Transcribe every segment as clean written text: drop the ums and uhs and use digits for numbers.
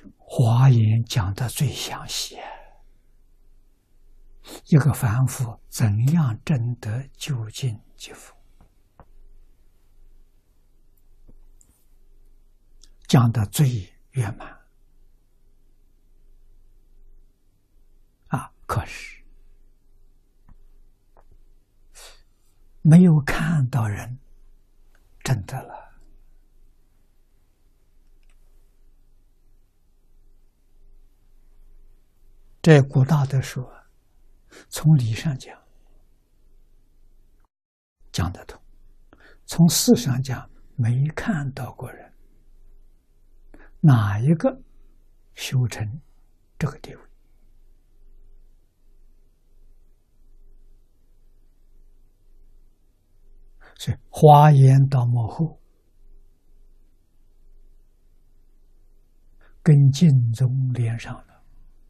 华严讲的最详细，一个凡夫怎样证得究竟极福，讲的最圆满可是没有看到人证得了。这古大德说，从理上讲得通，从事上讲没看到过人哪一个修成这个地位。所以华严到末后跟净宗连上了。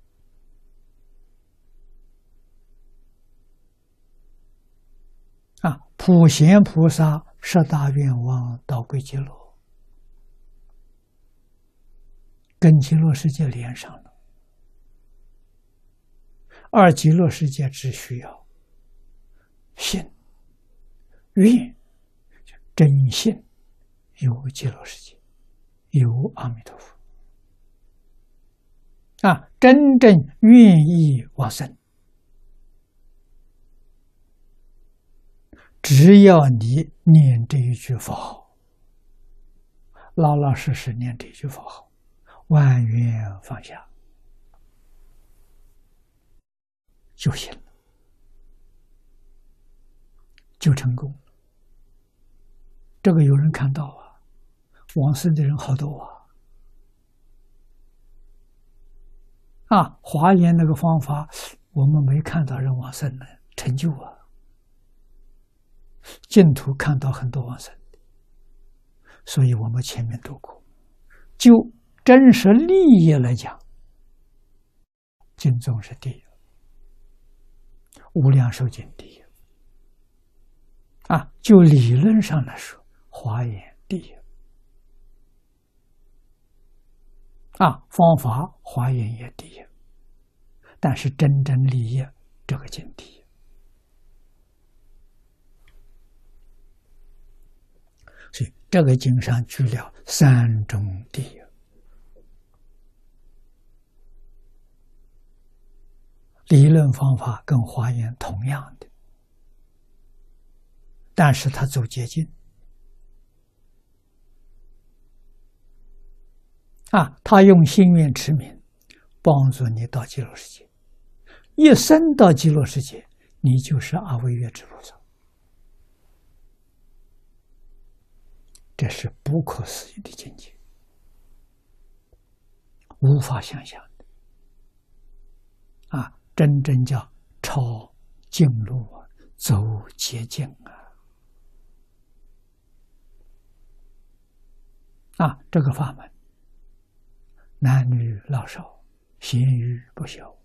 普贤菩萨十大愿望到归极乐，跟极乐世界连上了。二极乐世界只需要信愿真信，有极乐世界，有阿弥陀佛真正愿意往生，只要你念这一句佛号，老老实实念这一句佛号，万缘放下就行了，就成功了。这个有人看到往生的人好多华严那个方法我们没看到人往生的成就净土看到很多往生的，所以我们前面读过，就真实利益来讲，净宗是第一，无量寿经第一就理论上来说，华严第一方法华严也第一，但是真正利益这个经第一。所以这个经上举了三种第一，理论方法跟华严同样的，但是他走捷径他用心愿持名帮助你到极乐世界，一生到极乐世界，你就是阿惟越之菩萨，这是不可思议的境界，无法想象的真正叫超径路走捷径这个法门男女老少咸愚不肖，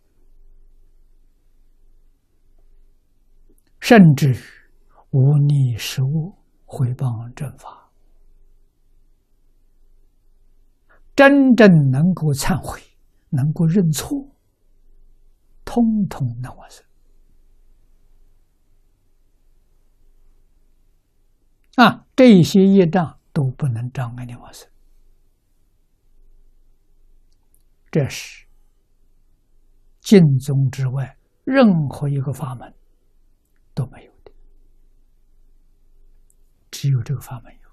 甚至于无逆实物毁谤正法，真正能够忏悔，能够认错，通通能往生这些业障都不能障碍你往生，这是净宗之外任何一个法门都没有的，只有这个法门有。